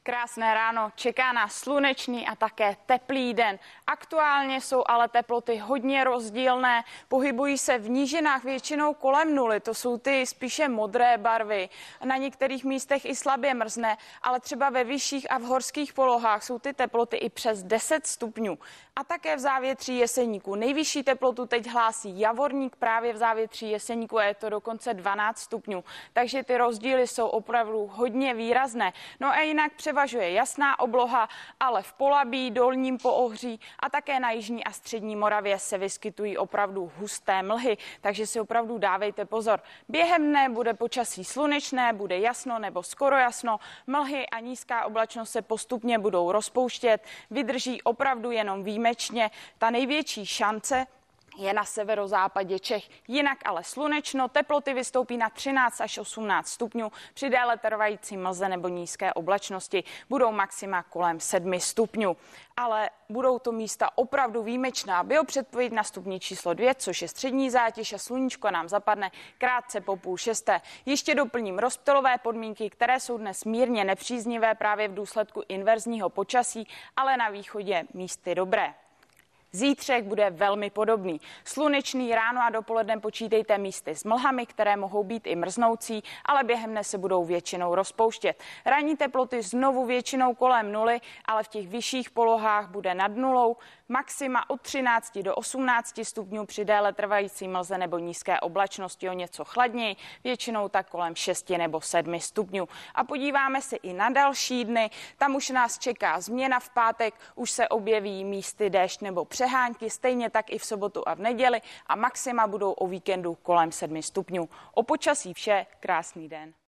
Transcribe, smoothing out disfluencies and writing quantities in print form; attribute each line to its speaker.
Speaker 1: Krásné ráno, čeká nás slunečný a také teplý den. Aktuálně jsou ale teploty hodně rozdílné, pohybují se v nížinách většinou kolem nuly, to jsou ty spíše modré barvy. Na některých místech i slabě mrzne, ale třeba ve vyšších a v horských polohách jsou ty teploty i přes 10 stupňů. A také v závětří Jeseníku. Nejvyšší teplotu teď hlásí Javorník právě v závětří Jeseníku a je to dokonce 12 stupňů. Takže ty rozdíly jsou opravdu hodně výrazné. No a jinak převažuje jasná obloha, ale v Polabí, Dolním Poohří a také na jižní a střední Moravě se vyskytují opravdu husté mlhy, takže si opravdu dávejte pozor. Během dne bude počasí slunečné, bude jasno nebo skoro jasno, mlhy a nízká oblačnost se postupně budou rozpouštět, vydrží opravdu jenom výjimečně. Ta největší šance je na severozápadě Čech. Jinak ale slunečno, teploty vystoupí na 13 až 18 stupňů, při déle trvající mlze nebo nízké oblačnosti budou maxima kolem 7 stupňů. Ale budou to místa opravdu výjimečná. Biopředpověď na stupni číslo 2, což je střední zátěž a sluníčko nám zapadne krátce po 5:30. Ještě doplním rozptylové podmínky, které jsou dnes mírně nepříznivé právě v důsledku inverzního počasí, ale na východě místy dobré. Zítřek bude velmi podobný. Slunečný, ráno a dopoledne počítejte místy s mlhami, které mohou být i mrznoucí, ale během dne se budou většinou rozpouštět. Ranní teploty znovu většinou kolem nuly, ale v těch vyšších polohách bude nad nulou. Maxima od 13 do 18 stupňů při déle trvající mlze nebo nízké oblačnosti o něco chladněji, většinou tak kolem 6 nebo 7 stupňů. A podíváme se i na další dny. Tam už nás čeká změna v pátek, už se objeví místy déšť nebo přehánky, stejně tak i v sobotu a v neděli a maxima budou o víkendu kolem 7 stupňů. O počasí vše, krásný den.